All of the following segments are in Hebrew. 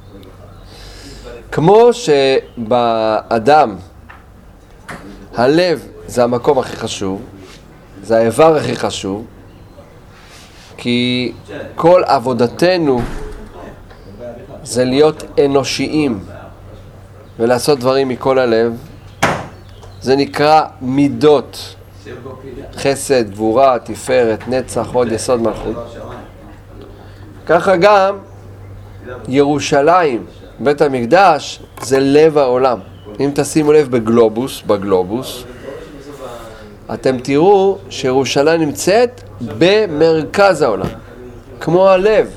כמו שבאדם הלב זה המקום הכי חשוב, זה האיבר הכי חשוב, כי כל עבודתנו זה להיות אנושיים ולעשות דברים מכל הלב. זה נקרא מידות, חסד, גבורה, תפארת, נצח, הוד, יסוד, מלכות. ככה גם ירושלים, בית המקדש, זה לב העולם. אם תשימו לב בגלובוס, אתם תראו שירושלים נמצאת במרכז העולם, כמו הלב.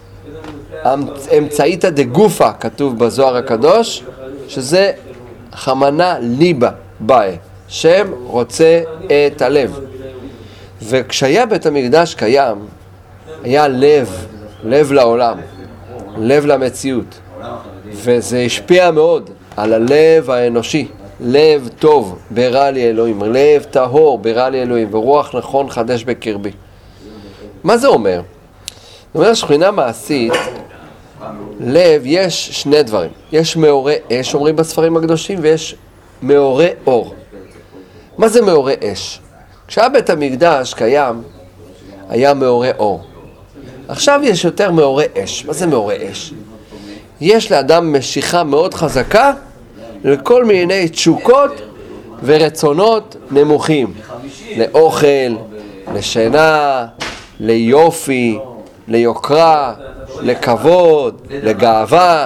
אמצעיתא דגופה, כתוב בזוהר הקדוש, שזה חמנה ליבה באי, שם רוצה את הלב. וכשהיה בית המקדש קיים, היה לב לעולם, לב למציאות, וזה השפיע מאוד על הלב האנושי. לב טוב ברא לי אלוהים, לב טהור ברא לי אלוהים, ורוח נכון חדש בקרבי. מה זה אומר? זאת אומרת, שכינה מעשית, לב, יש שני דברים. יש מאורי אש, אומרים בספרים הקדושים, ויש מאורי אור. מה זה מאורי אש? כשהיה בית המקדש קיים, היה מאורי אור. עכשיו יש יותר מאורי אש. מה זה מאורי אש? יש לאדם משיכה מאוד חזקה לכל מיני תשוקות ורצונות נמוכים. לאוכל, לשינה, ליופי, ליוקרה, לכבוד, לגאווה.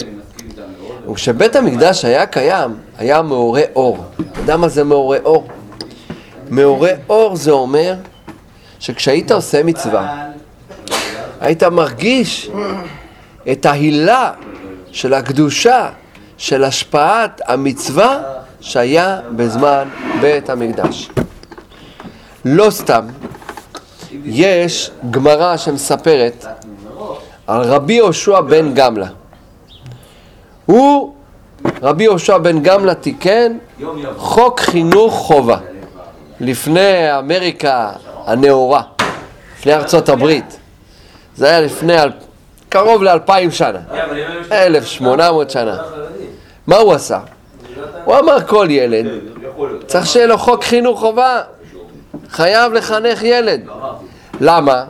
וכשבית המקדש היה קיים, היה מאורי אור. אתה יודע מה זה מאורי אור? מאורי אור זה אומר שכשהיית עושה מצווה, היית מרגיש את ההילה של הקדושה, של השפעת המצווה שהיה בזמן בית המקדש. לא סתם, יש גמרא שמספרת על רבי יהושע בן גמלא. רבי יהושע בן גמלא תיקן חוק חינוך חובה לפני אמריקה הנאורה, לפני ארצות הברית. זה היה לפני קרוב ל2000 שנה, 1800 שנה. מה הוא עשה? הוא אמר כל ילד צריך שיהיה לו חוק חינוך חובה, חייב לחנך ילד. למה?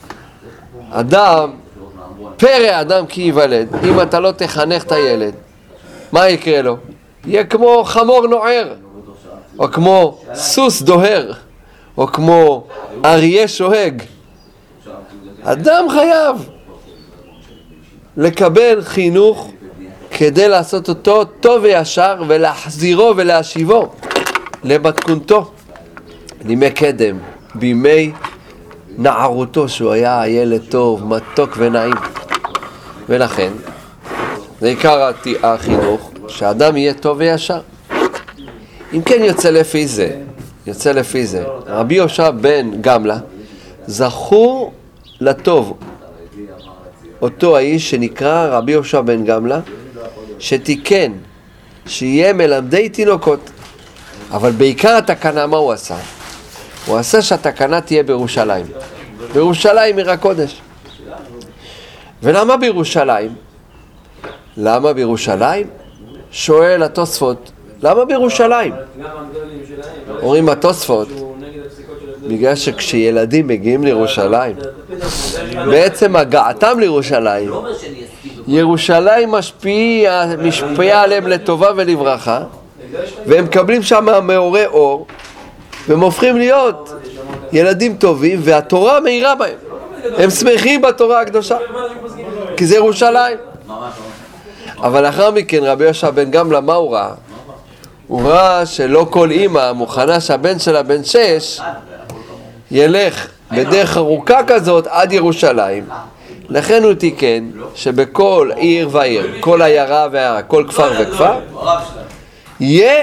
פרא אדם כי ייוולד. אם אתה לא תחנך את הילד, מה יקרה לו? יהיה כמו חמור נוער, או כמו סוס דוהר, או כמו אריה שואג. אדם חייב לקבל חינוך כדי לעשות אותו טוב וישר ולהחזירו ולהשיבו למתכונתו. בימי קדם, בימי נערותו, שהוא היה ילד טוב, מתוק ונעים. ולכן זה עיקר החינוך, שהאדם יהיה טוב וישר. אם כן יוצא לפי זה, רבי יהושע בן גמלא זכור לטוב אותו האיש שנקרא רבי יהושע בן גמלא, שתיקן שיהיה מלמדי תינוקות. אבל בעיקר התקנה, מה הוא עשה? הוא עשה שהתקנה תהיה בירושלים. בירושלים עיר הקודש. ולמה בירושלים? למה בירושלים? שואל התוספות, למה בירושלים? אומרים התוספות, בגלל שכשילדים מגיעים לירושלים, בעצם הגעתם לירושלים, ירושלים משפיעה עליהם לטובה ולברכה, והם מקבלים שם מאורי אור, והם הופכים להיות ילדים טובים, והתורה מאירה בהם. הם שמחים בתורה הקדושה, כי זה ירושלים. אבל לאחר מכן רבי יהושע בן גמלא, מה הוא ראה? הוא ראה שלא כל אמא מוכנה שהבן שלה בן 6 ילך בדרך ארוכה כזאת עד ירושלים. לכן הוא תיקן שבכל עיר ועיר, כל עיירה ועיירה, כל כפר וכפר, יהיה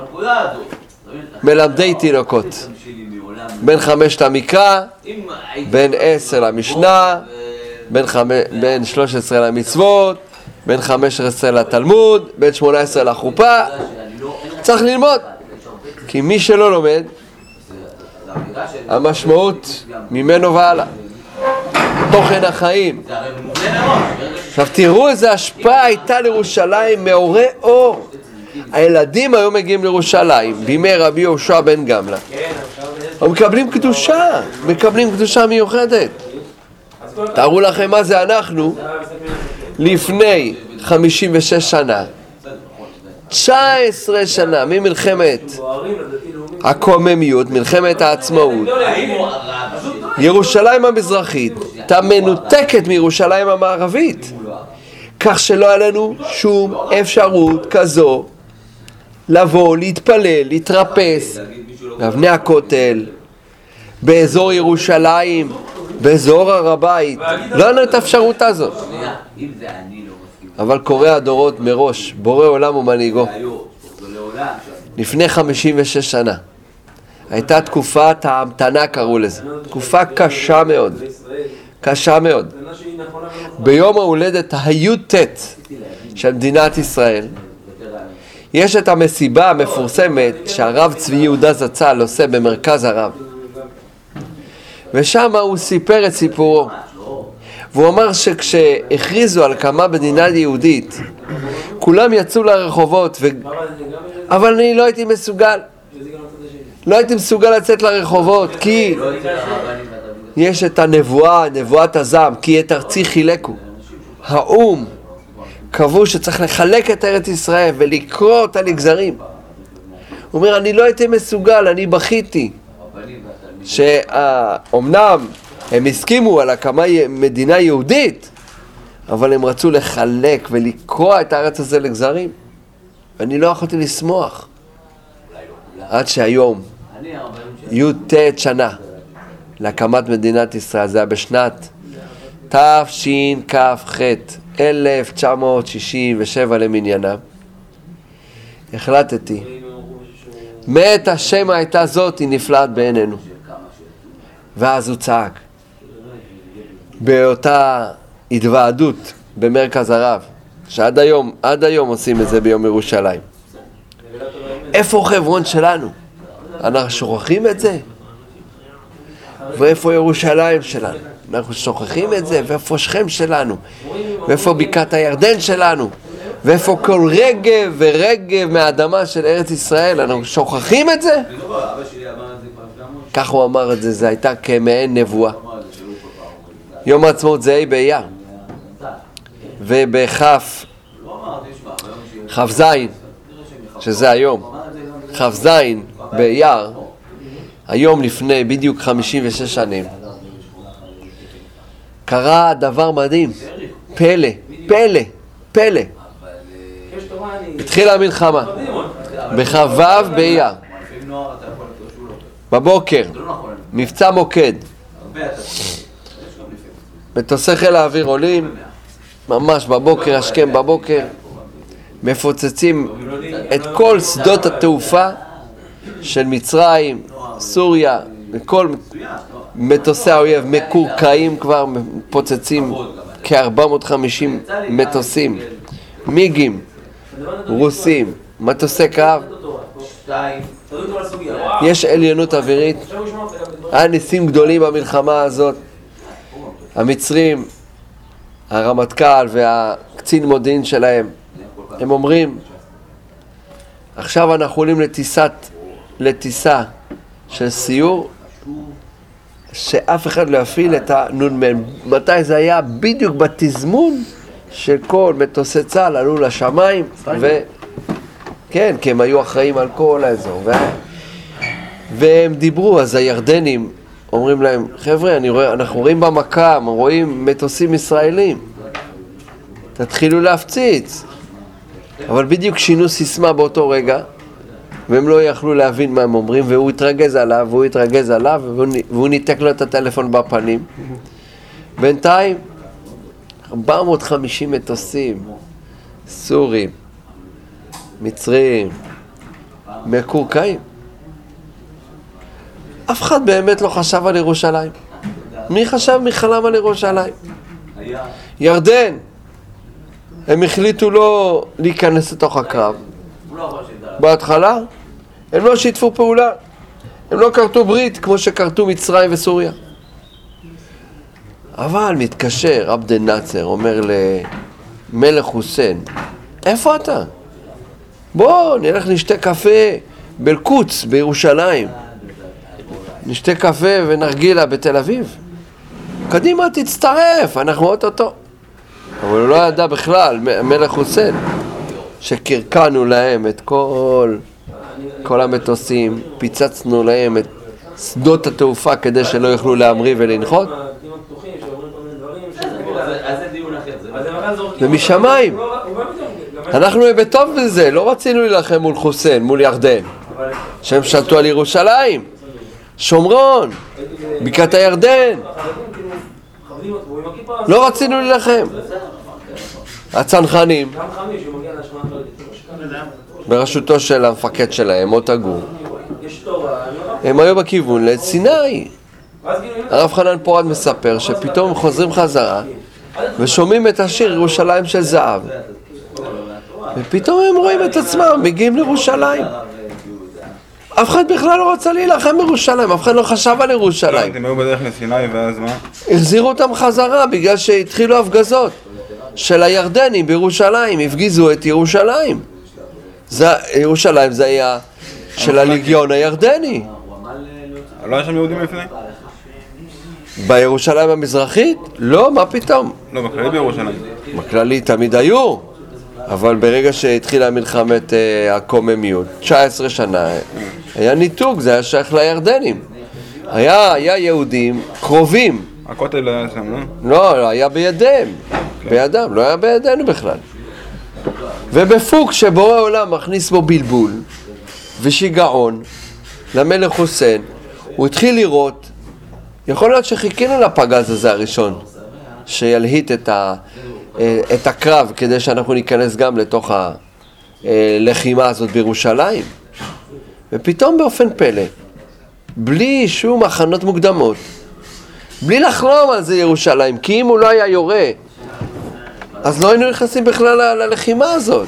מלמדי תינוקות. בין 5 למקרא, בין 10 למשנה, בין 13 למצוות, בין 15 לתלמוד, בין 18 לחופה. צריך ללמוד, כי מי שלא לומד, המשמעות ממנו והלאה. תוכן החיים. עכשיו תראו איזה השפעה הייתה לירושלים מאורי אור. הילדים היום מגיעים לירושלים בימי רבי יהושע בן גמלא, הם מקבלים קדושה מיוחדת. תארו לכם מה זה אנחנו לפני 56 שנה, 19 שנה ממלחמת הקוממיות, מלחמת העצמאות. ירושלים המזרחית הייתה מנותקת מירושלים המערבית, כך שלא היה לנו שום אפשרות כזו לבוא, להתפלל, להתרפס באבני הכותל, באזור ירושלים, באזור הר הבית. לא היה לנו את האפשרות הזאת. אבל קורא הדורות מראש, בורא עולם ומנהיגו, לפני 56 שנה הייתה תקופת ההמתנה, קראו לזה, תקופה קשה מאוד, קשה מאוד. ביום ההולדת הי"ט של מדינת ישראל יש את המסיבה המפורסמת שהרב צבי יהודה זצ"ל עושה במרכז הרב, ושם הוא סיפר את סיפורו, והוא אמר שכשהכריזו על הקמת מדינה יהודית כולם יצאו לרחובות אבל אני לא הייתי מסוגל, לצאת לרחובות, כי יש את הנבואה, נבואת הזעם, כי את ארצי חילקו. האום קבעו שצריך לחלק את ארץ ישראל ולקרוא אותה לגזרים. הוא אומר, אני לא הייתי מסוגל, אני בכיתי שאומנם הם הסכימו על הקמת מדינה יהודית, אבל הם רצו לחלק ולקרוא את הארץ הזה לגזרים, ואני לא יכולתי לשמוח. עד שהיום י"ט שנה להקמת מדינת ישראל, זה היה בשנת תשכ"ח 1967 למניינם, החלטתי, מאת השם הייתה זאת, היא נפלאת בעינינו. ואז הוא צעק באותה התוועדות במרכז הרב, שעד היום עושים את זה ביום ירושלים. איפה חברון שלנו? אנחנו שוכחים את זה? ואיפה ירושלים שלנו? אנחנו שוכחים את זה? ואיפה שכם שלנו? ואיפה בקעת הירדן שלנו? ואיפה כל רגב ורגב מהאדמה של ארץ ישראל? אנחנו שוכחים את זה? כך הוא אמר את זה, זה הייתה כמעין נבואה. יום העצמאות זה ה' באייר, ובכ"ז, שזה היום, כ"ז באייר, היום לפני בדיוק 56 שנים, קרה דבר מדהים, פלא. התחילה המלחמה בכ"ו באייר, בבוקר, מבצע מוקד, מטוסי חיל האוויר עולים, ממש בבוקר, השכם בבוקר, מפוצצים את כל שדות התעופה של מצרים, סוריה, וכל מטוסי האויב מקורקעים כבר, פוצצים כ-450 מטוסים, מיגים, רוסים, מטוסי קרב. יש עליונות אווירית, היה ניסים גדולים במלחמה הזאת. המצרים, הרמטכ"ל והקצין מודיעין שלהם, הם אומרים, עכשיו אנחנו עולים לטיסה של סיור, שאף אחד לא יפעיל את הנ"מ. מתי זה היה? בדיוק בתזמון שכל מטוסי צה"ל עלו לשמיים, כן, כי הם היו אחראים על כל האזור. והם דיברו, אז הירדנים אומרים להם, חבר'ה, אנחנו רואים במקם, רואים מטוסים ישראלים, תתחילו להפציץ. אבל בדיוק שינו סיסמה באותו רגע, והם לא יכלו להבין מה הם אומרים, והוא התרגז עליו, והוא ניתק לו את הטלפון בפנים. בינתיים, 450 מטוסים, סורים, מצרים, מקורקעים. אף אחד באמת לא חשב על ירושלים. מי חלם על ירושלים? ירדן. הם החליטו לא להיכנס לתוך הקרב. בהתחלה הם לא שיתפו פעולה. הם לא כרתו ברית כמו שכרתו מצרים וסוריה. אבל מתקשר עבד אל-נאצר, אומר למלך חוסיין, איפה אתה? בוא נלך נשתה קפה באל-קודס בירושלים. נשתה קפה ונרגילה בתל אביב. קדימה תצטרף, אנחנו אותו. אבל הוא לא ידע בכלל, מלך חוסיין, שקרקענו להם את כל המטוסים, פיצצנו להם את שדות התעופה כדי שלא יוכלו להמריא ולנחות. ומשמיים. אנחנו בטוב בזה, לא רצינו להילחם מול חוסיין, מול ירדן. שהם שלטו על ירושלים, שומרון, בקעת הירדן. לא רצינו להילחם. הצנחנים, בראשותו של המפקד שלהם, מוטה גור, הם היו בכיוון לסיני. הרב חנן פורת מספר שפתאום הם חוזרים חזרה ושומעים את השיר ירושלים של זהב, ופתאום הם רואים את עצמם מגיעים לירושלים. אף אחד בכלל לא רצה להילחם בירושלים, אף אחד לא חשב על ירושלים. הם היו בדרך לסיני ואז מה? החזירו אותם חזרה בגלל שהתחילו הפגזות של הירדנים בירושלים, הפגיזו את ירושלים. ירושלים זה היה של הליגיון הירדני. לא היה שם יהודים לפני? בירושלים המזרחית? לא, מה פתאום? לא, בכללי בירושלים. בכללי תמיד היו, אבל ברגע שהתחילה מלחמת הקוממיות, 19 שנה, היה ניתוק, זה היה שייך לירדנים. היה יהודים קרובים. הכותל היה שם, לא? לא, היה בידיהם, בידם, לא היה בידינו בכלל. ובפוק שבורא העולם מכניס בו בלבול ושיגעון למלך חוסיין, הוא התחיל לראות, יכול להיות שחיכינו לפגז הזה הראשון, שילהיט את הקרב כדי שאנחנו ניכנס גם לתוך הלחימה הזאת בירושלים. ופתאום באופן פלא, בלי שום הכנות מוקדמות, בלי לחלום על זה ירושלים, כי אם הוא לא היה יורה, אז לא היינו נכנסים בכלל ללחימה הזאת.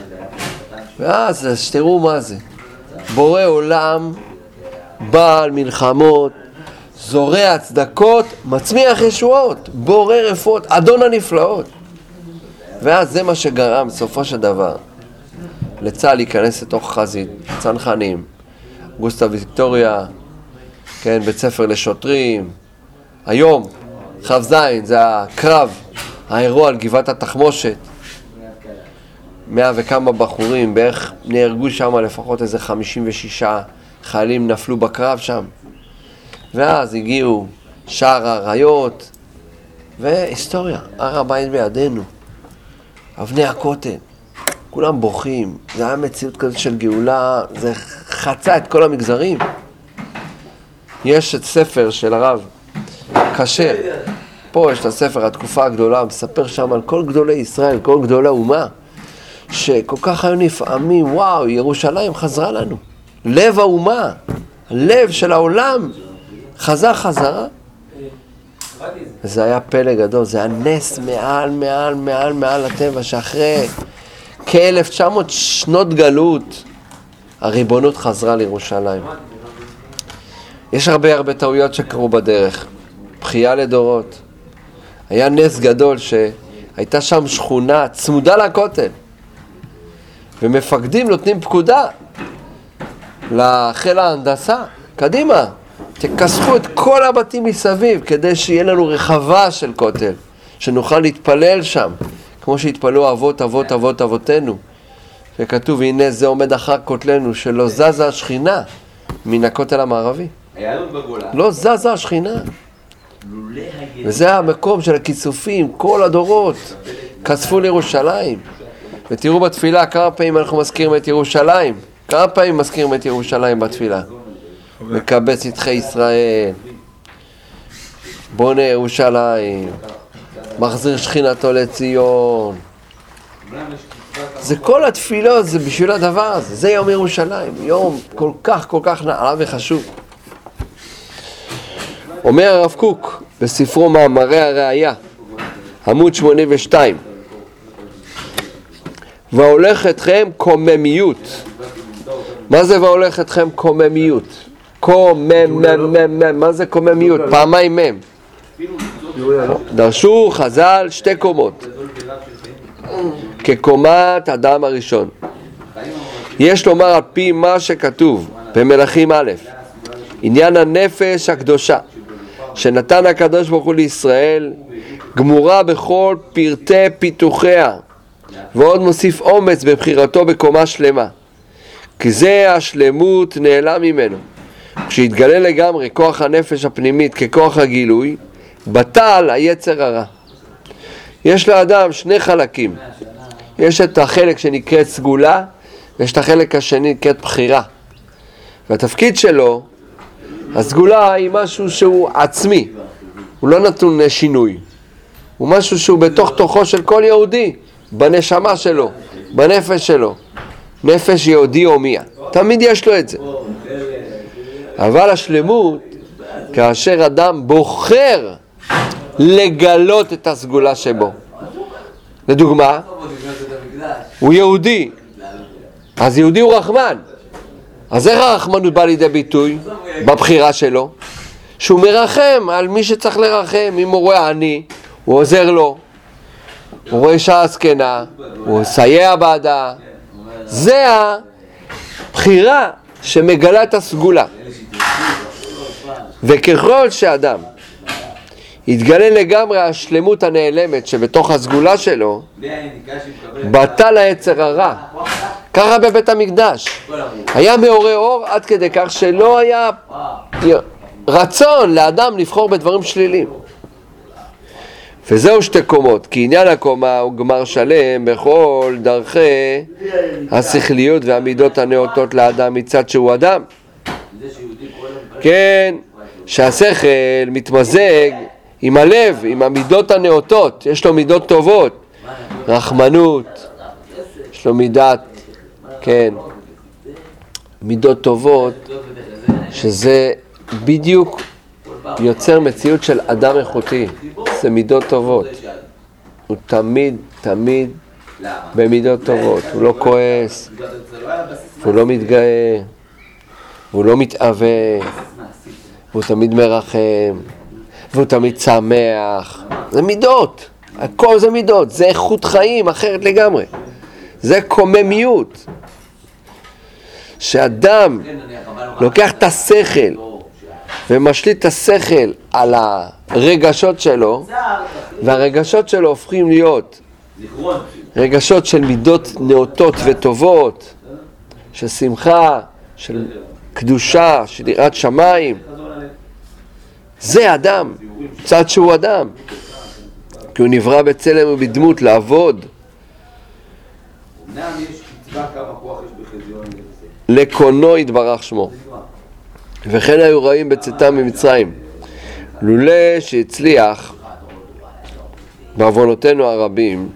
ואז תראו מה זה. בורא עולם, בעל מלחמות, זורע צדקות, מצמיח ישועות, בורא רפואות, אדון הנפלאות. ואז זה מה שגרם בסופו של דבר לצה"ל להיכנס לתוך חזית, צנחנים, גוסטה ויקטוריה, כן, בית ספר לשוטרים. היום, חב זין, זה הקרב, האירוע על גבעת התחמושת. 100 וכמה בחורים, בערך נהרגו שם לפחות איזה 56 חיילים נפלו בקרב שם. ואז הגיעו שער האריות, והיסטוריה, הר הבית בידינו, אבני הכותל, כולם בוכים, זה היה מציאות כזאת של גאולה, זה חצה את כל המגזרים. יש את ספר של הרב כשר, פה יש את הספר התקופה הגדולה, מספר שם על כל גדולי ישראל, כל גדולי אומה, שכל כך היו נפעמים, וואו, ירושלים חזרה לנו, לב האומה, הלב של העולם, חזר חזרה. זה היה פלא גדול, זה היה נס מעל הטבע, שאחרי כ-1900 שנות גלות, הריבונות חזרה לירושלים. יש הרבה טעויות שקרו בדרך, בחייה לדורות. היה נס גדול שהייתה שם שכונה צמודה לכותל, ומפקדים נותנים פקודה לחיל ההנדסה, קדימה, תכסחו את כל הבתים מסביב כדי שיהיה לנו רחבה של כותל, שנוכל להתפלל שם, כמו שהתפללו אבותינו, שכתוב, הנה זה עומד אחר כותלנו, שלא זזה השכינה מן הכותל המערבי. לא זזה השכינה. וזה המקום של הכיסופים, כל הדורות כספו לירושלים. ותראו בתפילה כמה פעמים אנחנו מזכירים את ירושלים, כמה פעמים מזכירים את ירושלים בתפילה. מקבץ נדחי ישראל, בונה ירושלים, מחזיר שכינתו לציון. זה כל התפילות, זה בשביל הדבר הזה. זה יום ירושלים, יום כל כך נעלה וחשוב. אומר הרב קוק בספרו מאמרי הראייה, עמוד 82, והולך אתכם קוממיות. מה זה והולך אתכם קוממיות? מה זה קוממיות? פעמיים מם. דרשו חז"ל שתי קומות, כקומת אדם הראשון. יש לומר על פי מה שכתוב במלכים א', עניין הנפש הקדושה שנתן הקדוש ברוך הוא לישראל, גמורה בכל פרטי פיתוחיה, ועוד מוסיף אומץ בבחירתו בקומה שלמה, כי זה השלמות נעלם ממנו. כשהתגלה לגמרי כוח הנפש הפנימית ככוח הגילוי, בטל היצר הרע. יש לאדם שני חלקים, יש את החלק שנקראת סגולה, ויש את החלק השני נקראת בחירה. והתפקיד שלו, הסגולה היא משהו שהוא עצמי, הוא לא נתון לשינוי, הוא משהו שהוא בתוך תוכו של כל יהודי, בנשמה שלו, בנפש שלו, נפש יהודי הומיה, תמיד יש לו את זה. אבל השלמות, כאשר אדם בוחר לגלות את הסגולה שבו, לדוגמה, הוא יהודי, אז יהודי הוא רחמן, אז איך הרחמנות בא לידי ביטוי? בבחירה שלו, שהוא מרחם על מי שצריך לרחם. אם הוא רואה עני, הוא עוזר לו, הוא רואה אישה זקנה, הוא מסייע בעדה. זה הבחירה שמגלה את הסגולה. וככל שאדם יתגלה לגמרי השלמות הנעלמת שבתוך הסגולה שלו, בטל היצר הרע. ככה בבית המקדש היה מעורר אור עד כדי כך שלא היה רצון לאדם לבחור בדברים שליליים. וזהו שתי קומות, כי עניין הקומה הוא גמר שלם בכל דרכי השכליות והמידות הנאותות לאדם מצד שהוא אדם. כן, שהשכל מתמזג עם הלב, עם המידות הנאותות, יש לו מידות טובות, רחמנות, יש לו מידת, כן, מידות טובות, שזה בדיוק יוצר מציאות של אדם איכותי, זה מידות טובות. הוא תמיד במידות טובות, הוא לא כועס, הוא לא מתגאה, הוא לא מתאווה, הוא תמיד מרחם, והוא תמיד שמח. זה מידות, הכל זה מידות, זה איכות חיים אחרת לגמרי, זה קוממיות. שאדם לוקח את השכל ומשליט את השכל על הרגשות שלו, והרגשות שלו הופכים להיות רגשות של מידות נאותות וטובות, של שמחה, של קדושה, של יראת שמיים. זה אדם, צד שהוא אדם, כי הוא נברא בצלם ובדמות לעבוד. לקונו יתברך שמו. וכן היו רעים בצאתם ממצרים, לולא שהצליח בעוונותינו הרבים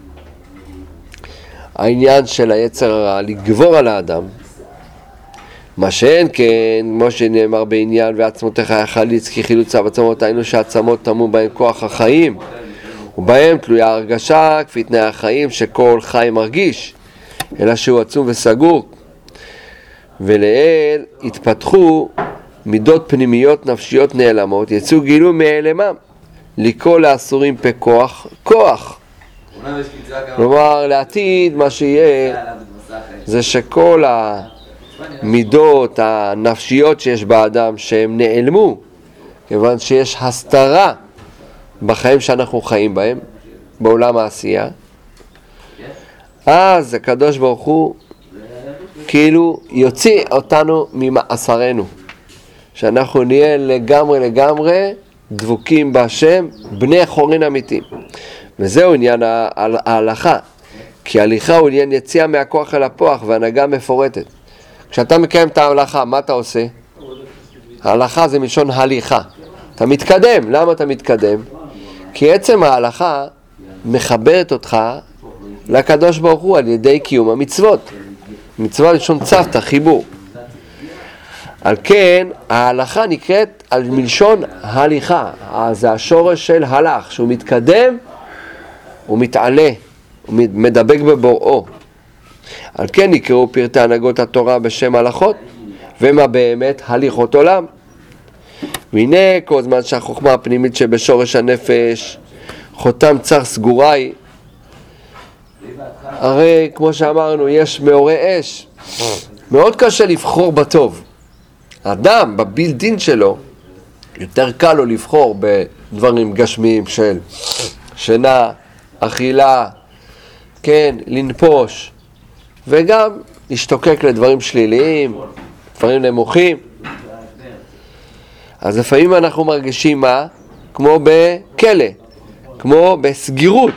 העניין של היצר הרע לגבור על האדם, מה שאין כן, כמו שנאמר בעניין ועצמותיך יחליץ כי חילוץ עצמות, היינו שהעצמות תמו בהם כוח החיים, ובהם תלויה הרגשה כפי תנאי החיים שכל חי מרגיש, אלא שהוא עצום וסגור. ולאל התפתחו מידות פנימיות נפשיות נעלמות, יצאו גילו מהעלמם, לקרוא לאסורים בכוח, כוח. כלומר, לעתיד מה שיהיה זה שכל המידות הנפשיות שיש באדם שהם נעלמו, כיוון שיש הסתרה בחיים שאנחנו חיים בהם, בעולם העשייה, אז הקדוש ברוך הוא כאילו יוציא אותנו ממאסרנו, שאנחנו נהיה לגמרי דבוקים בהשם, בני חורין אמיתיים. וזהו עניין ההלכה, כי ההליכה הוא עניין יציאה מהכוח אל הפועל והנהגה מפורטת. כשאתה מקיים את ההלכה, מה אתה עושה? ההלכה זה מלשון הליכה, אתה מתקדם. למה אתה מתקדם? כי עצם ההלכה מחברת אותך לקדוש ברוך הוא על ידי קיום המצוות. מצווה לשון צוותא, חיבור. על כן ההלכה נקראת על מלשון הליכה, זה השורש של הלך, שהוא מתקדם, הוא מתעלה, הוא מדבק בבוראו. על כן נקראו פרטי הנהגות התורה בשם הלכות, ומה באמת הליכות עולם. והנה כל זמן שהחוכמה הפנימית שבשורש הנפש חותם צר סגורה היא, הרי כמו שאמרנו יש מאורי אש, מאוד קשה לבחור בטוב. האדם בבילדין שלו יותר קל לו לבחור בדברים גשמיים של שינה, אכילה, כן, לנפוש, וגם להשתוקק לדברים שליליים, דברים נמוכים. אז לפעמים אנחנו מרגישים מה? כמו בכלא, כמו בסגירות.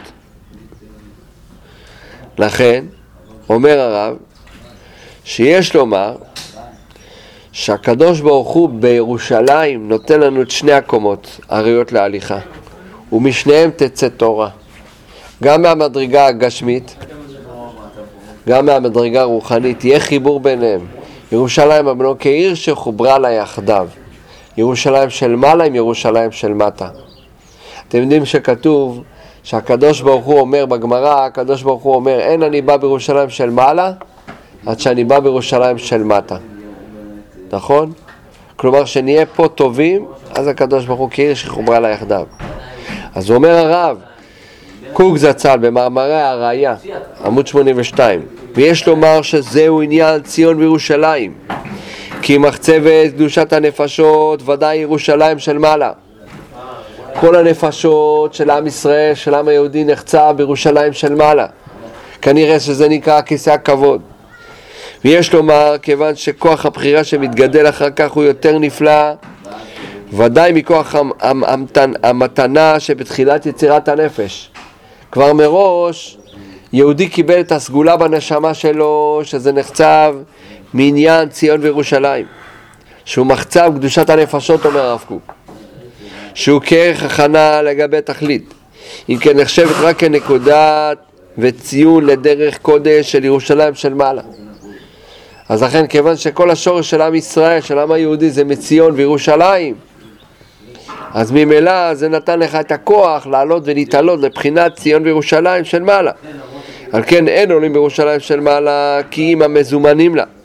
לכן, אומר הרב, שיש לומר שהקדוש ברוך הוא בירושלים נותן לנו את שני הקומות הראויות להליכה, ומשניהם תצא תורה, גם מהמדרגה הגשמית, גם מהמדרגה הרוחנית, יהיה חיבור ביניהם. ירושלים הבנו כעיר שחוברה לה יחדיו, ירושלים של מעלה עם ירושלים של מטה. אתם יודעים שכתוב שהקדוש ברוך הוא אומר בגמרא, הקדוש ברוך הוא אומר, אין אני בא בירושלים של מעלה עד שאני בא בירושלים של מטה. נכון? כלומר שנהיה פה טובים, אז הקדוש ברוך הוא כעיר שחוברה לה יחדיו. אז הוא אומר הרב קוק זצ"ל במאמרי הראיה, עמוד 82, ויש לומר שזהו עניין ציון וירושלים, כי מחצבת קדושת הנפשות ודאי ירושלים של מעלה. כל הנפשות של עם ישראל, של עם היהודי, נחצה בירושלים של מעלה. כנראה שזה נקרא כיסא הכבוד. ויש לומר, כיוון שכוח הבחירה שמתגדל אחר כך הוא יותר נפלא, ודאי מכוח המתנה שבתחילת יצירת הנפש. כבר מראש יהודי קיבל את הסגולה בנשמה שלו, שזה נחצב מעניין ציון וירושלים, שהוא מחצב קדושת הנפשות, אומר הרב קוק, שהוא כערך הכנה לגבי תכלית, אם כן נחשבת רק כנקודת וציון לדרך קודש של ירושלים של מעלה. אז לכן כיוון שכל השורש של עם ישראל, של עם היהודי, זה מציון וירושלים, אז ממילא זה נתן לך את הכוח לעלות ולהתעלות לבחינת ציון וירושלים של מעלה. על כן אין עולים בירושלים של מעלה כי אם המזומנים לה.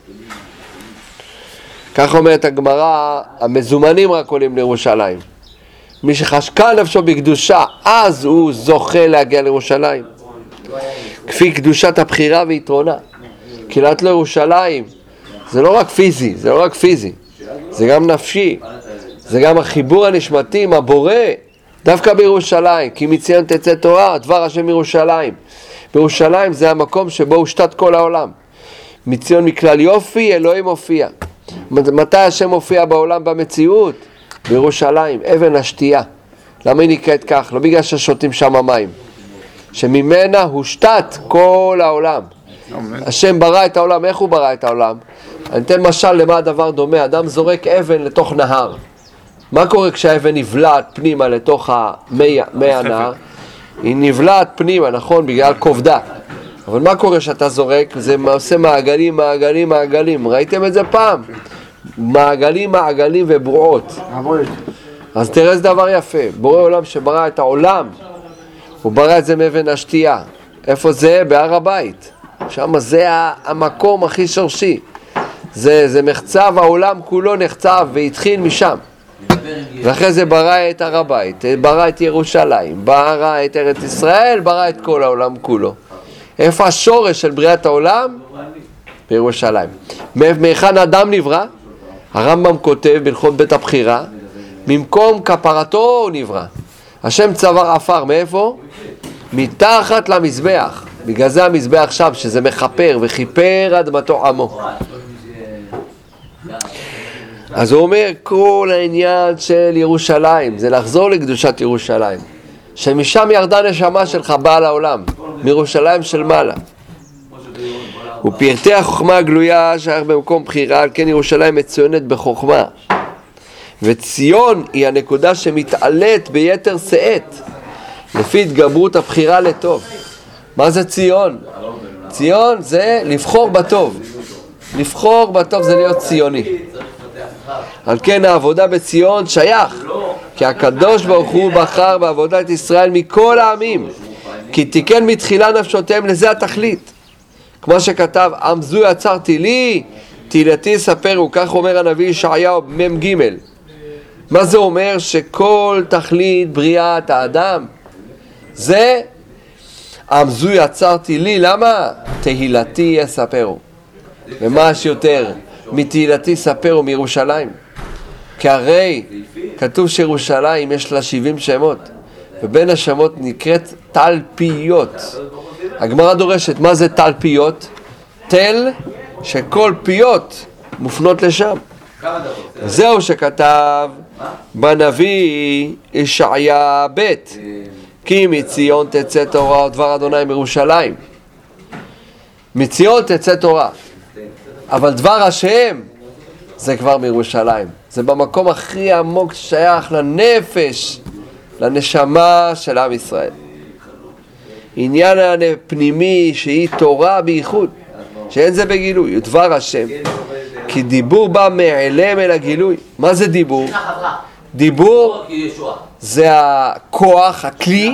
כך אומרת הגמרא, המזומנים רק עולים לירושלים. מי שחשקה נפשו בקדושה, אז הוא זוכה להגיע לירושלים. כפי קדושת הבחירה ויתרונה. קהילת לירושלים זה לא רק פיזי, זה גם נפשי. זה גם החיבור הנשמתי עם הבורא, דווקא בירושלים, כי מציון תצא תורה, דבר השם ירושלים. בירושלים זה המקום שבו הושתת כל העולם. מציון מכלל יופי, אלוהים מופיע. מתי השם מופיע בעולם במציאות? בירושלים, אבן השתייה. למה היא נקראת כך? לא בגלל ששותים שם מים. שממנה הושתת כל העולם. השם ברא את העולם, איך הוא ברא את העולם? אני אתן משל למה הדבר דומה. אדם זורק אבן לתוך נהר. מה קורה כשהאבן נבלעת פנימה לתוך מי הנהר? היא נבלעת פנימה, נכון? בגלל כובדה. אבל מה קורה שאתה זורק? זה עושה מעגלים. ראיתם את זה פעם? מעגלים וברועות. אז תראה איזה דבר יפה. בורא עולם שברא את העולם, הוא ברא את זה מאבן השתייה. איפה זה? בהר הבית. שם זה המקום הכי שורשי. זה מחצב, העולם כולו נחצב והתחיל משם. ואחרי זה ברא את הר הבית, ברא את ירושלים, ברא את ארץ ישראל, ברא את כל העולם כולו. איפה השורש של בריאת העולם? בירושלים. מהיכן האדם נברא? הרמב"ם כותב בהלכות בית הבחירה, ממקום כפרתו הוא נברא. השם צבר עפר, מאיפה? מתחת למזבח. בגלל זה המזבח עכשיו שזה מחפר וכיפר אדמתו עמו. אז הוא אומר, כל העניין של ירושלים, זה לחזור לקדושת ירושלים. שמשם ירדה נשמה שלך באה לעולם, מירושלים של מעלה. ופרטי החוכמה הגלויה שייך במקום בחירה, על כן ירושלים מצוינת בחוכמה. וציון היא הנקודה שמתעלת ביתר שאת, לפי התגברות הבחירה לטוב. מה זה ציון? ציון זה לבחור בטוב. לבחור בטוב זה להיות ציוני. על כן העבודה בציון שייך, כי הקדוש ברוך הוא בחר בעבודת ישראל מכל העמים, כי תיקן מתחילה נפשותיהם, לזה התכלית. כמו שכתב, עם זו יצרתי לי, תהילתי ספרו, כך אומר הנביא ישעיהו מ"ג. מה זה אומר? שכל תכלית בריאת האדם זה עם זו יצרתי לי, למה? תהילתי יספרו. ומה שיותר מתהילתי ספרו מירושלים, כי הרי כתוב שירושלים יש לה 70 שמות, ובין השמות נקראת תלפיות. הגמרא דורשת, מה זה תלפיות? תל שכל פיות מופנות לשם. זהו שכתב בנביא ישעיה ב', כי מציון תצא תורה ודבר אדוני מירושלים. מציון תצא תורה, אבל דבר השם זה כבר מירושלים. זה במקום הכי עמוק ששייך לנפש, לנשמה של עם ישראל. עניין הפנימי שהיא תורה בייחוד, שאין זה בגילוי, דבר השם. כי דיבור בא מעלם אל הגילוי. מה זה דיבור? דיבור זה הכוח, הכלי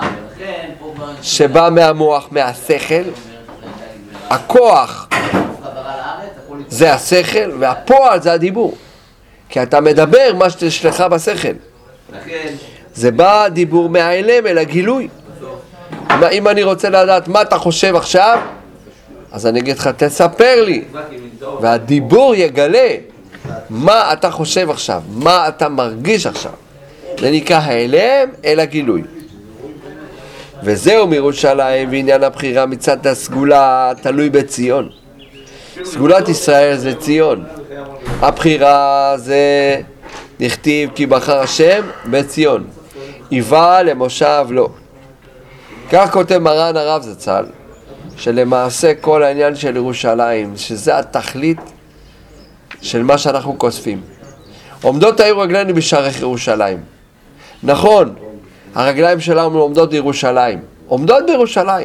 שבא מהמוח, מהשכל. הכוח זה השכל, והפועל זה הדיבור. כי אתה מדבר מה שתשלך בשכל. זה בא דיבור מהעלם אל הגילוי. אם אני רוצה לדעת מה אתה חושב עכשיו, אז אני אגיד לך, תספר לי. והדיבור יגלה מה אתה חושב עכשיו, מה אתה מרגיש עכשיו. זה נקרא העלם אל הגילוי. וזהו מירושלים, ועניין הבחירה מצד הסגולה תלוי בציון. סגולת ישראל זה ציון. הבחירה זה נכתיב כי בחר השם בציון, היווה למושב לו. כך כותב מרן הרב זצ"ל, שלמעשה כל העניין של ירושלים, שזה התכלית של מה שאנחנו כוספים. עומדות היו רגלינו בשערי ירושלים. נכון, הרגליים שלנו עומדות בירושלים, עומדות בירושלים.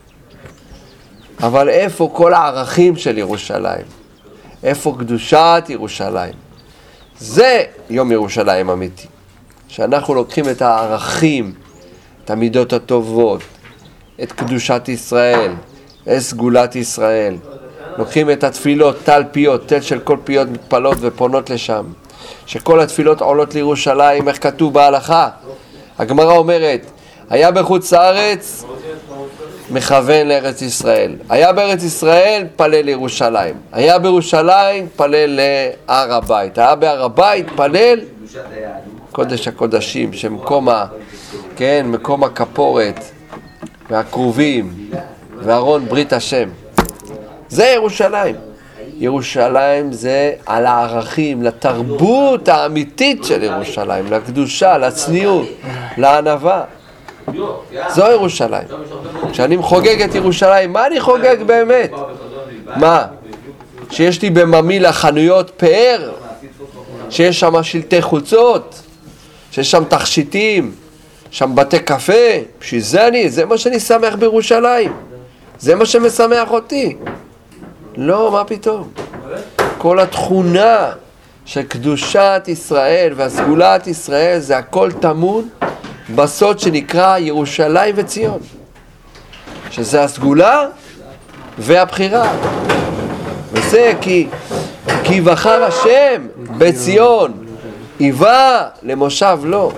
אבל איפה כל הערכים של ירושלים? איפה קדושת ירושלים? זה יום ירושלים אמיתי. שאנחנו לוקחים את הערכים, את המידות הטובות, את קדושת ישראל, את סגולת ישראל. לוקחים את התפילות, תל פיות, תל של כל פיות מתפלות ופונות לשם. שכל התפילות עולות לירושלים, איך כתוב בהלכה. הגמרא אומרת, היה בחוץ לארץ, מכוון לארץ ישראל. היה בארץ ישראל, פלל לירושלים. היה בירושלים, פלל להר הבית. היה בהר הבית, פלל קודש הקודשים, שמקום מקום הכפורת והקרובים וארון ברית השם. זה ירושלים. ירושלים זה על הערכים, לתרבות האמיתית של ירושלים, לקדושה, לצניעות, לענווה. זו ירושלים. כשאני מחוגג את ירושלים, מה אני חוגג באמת? מה? שיש לי בממילה חנויות פאר, שיש שם שלטי חוצות, שיש שם תכשיטים, שם בתי קפה, בשביל זה מה שאני שמח בירושלים. זה מה שמשמח אותי. לא, מה פתאום? כל התכונה של קדושת ישראל והסגולת ישראל זה הכל טמון בסוד שנקרא ירושלים וציון, שזה הסגולה והבחירה. וזה כי בחר השם בציון, היווה למושב לו.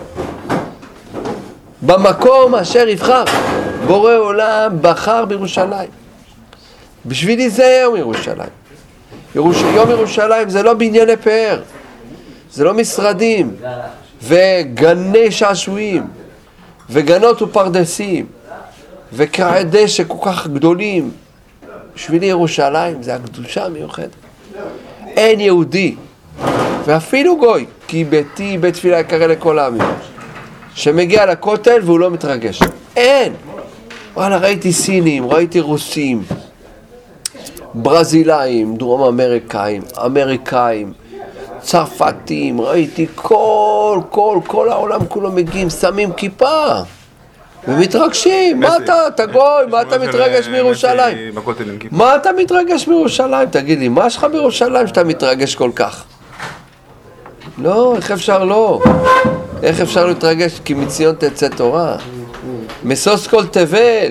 במקום אשר יבחר, בורא עולם בחר בירושלים. בשבילי זה יום ירושלים. יום ירושלים זה לא בנייני פאר, זה לא משרדים וגני שעשועים וגנות ופרדסים וקרעי דשא כל כך גדולים. בשבילי ירושלים זה הקדושה המיוחדת. אין יהודי ואפילו גוי, כי ביתי בית תפילה יקרא לכל העמים, שמגיע לכותל והוא לא מתרגש. אין. וואלה, ראיתי סינים, ראיתי רוסים, ברזילאים, דרום אמריקאים, אמריקאים, צרפתים, ראיתי כל העולם כולו מגיעים, שמים כיפה ומתרגשים. מה אתה גוי? מה אתה מתרגש מירושלים? מה אתה מתרגש מירושלים? תגיד לי, מה יש לך בירושלים שאתה מתרגש כל כך? לא, איך אפשר לא? איך אפשר להתרגש? כי מציון תצא תורה. משוש כל תבל,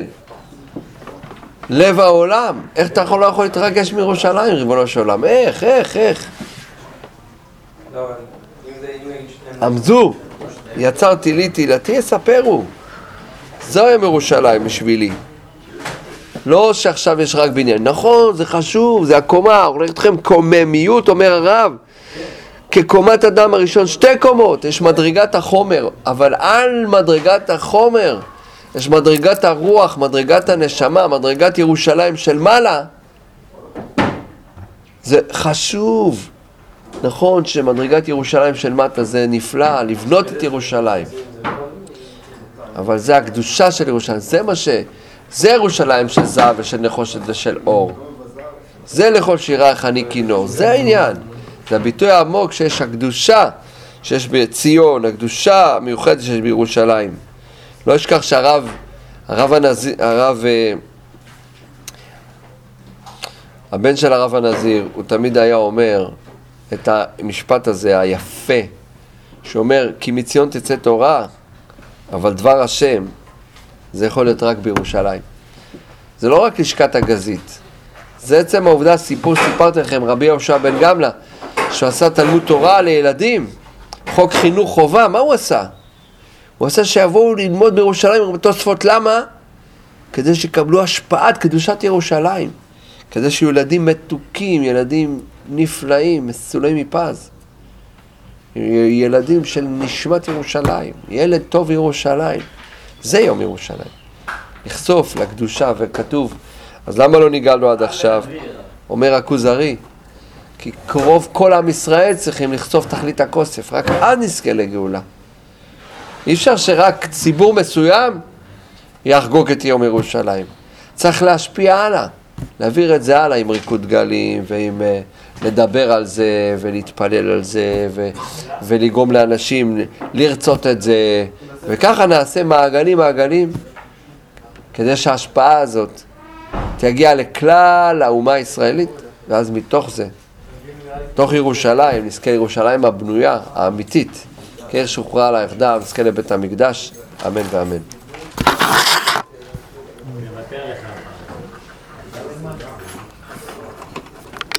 לב העולם. איך אתה לא יכול להתרגש מירושלים, ריבונו של עולם? איך? לא, אם זה נגיד שני עמזו, יצרתי לי תהילתי, יספרו. זו יום ירושלים בשבילי. לא שעכשיו יש רק בניין. נכון, זה חשוב, זה הקומה. הולך אתכם קוממיות, אומר הרב. כקומת אדם הראשון, 2 קומות. יש מדרגת החומר, אבל על מדרגת החומר, יש מדרגת הרוח, מדרגת הנשמה, מדרגת ירושלים של מעלה. זה חשוב. נכון שמדרגת ירושלים של מטה זה נפלא, לבנות את ירושלים. אבל זה הקדושה של ירושלים, זה ירושלים של זהב ושל נחושת ושל אור. זה לכל שירה חני כינור, זה העניין. זה הביטוי העמוק שיש הקדושה שיש בציון, הקדושה המיוחדת שיש בירושלים. לא אשכח הבן של הרב הנזיר, הוא תמיד היה אומר את המשפט הזה היפה, שאומר, כי מציון תצא תורה, אבל דבר השם, זה יכול להיות רק בירושלים. זה לא רק לשכת הגזית. זה עצם העובדה, סיפרתי לכם, רבי יהושע בן גמלא, שהוא עשה תלמוד תורה לילדים, חוק חינוך חובה, מה הוא עשה? הוא עשה שיבואו ללמוד בירושלים בתוספות, למה? כדי שיקבלו השפעת קדושת ירושלים. כדי שיהיו ילדים מתוקים, ילדים נפלאים, מסולאים מפז. ילדים של נשמת ירושלים, ילד טוב ירושלים. זה יום ירושלים. לחשוף לקדושה וכתוב, אז למה לא ניגלנו עד עכשיו? אומר הכוזרי, כי קרוב כל עם ישראל צריכים לחשוף תכלית הכוסף, רק אז נזכה לגאולה. אי אפשר שרק ציבור מסוים יחגוג את יום ירושלים. צריך להשפיע הלאה, להעביר את זה הלאה עם ריקוד גלים ועם לדבר על זה ולהתפלל על זה ולגרום לאנשים לרצות את זה, וככה נעשה מעגלים כדי שההשפעה הזאת תגיע לכלל האומה הישראלית, ואז מתוך זה, תוך ירושלים, נזכה לירושלים הבנויה, האמיתית, כעיר שוחררה לה יחדיו, נזכה לבית המקדש, אמן ואמן.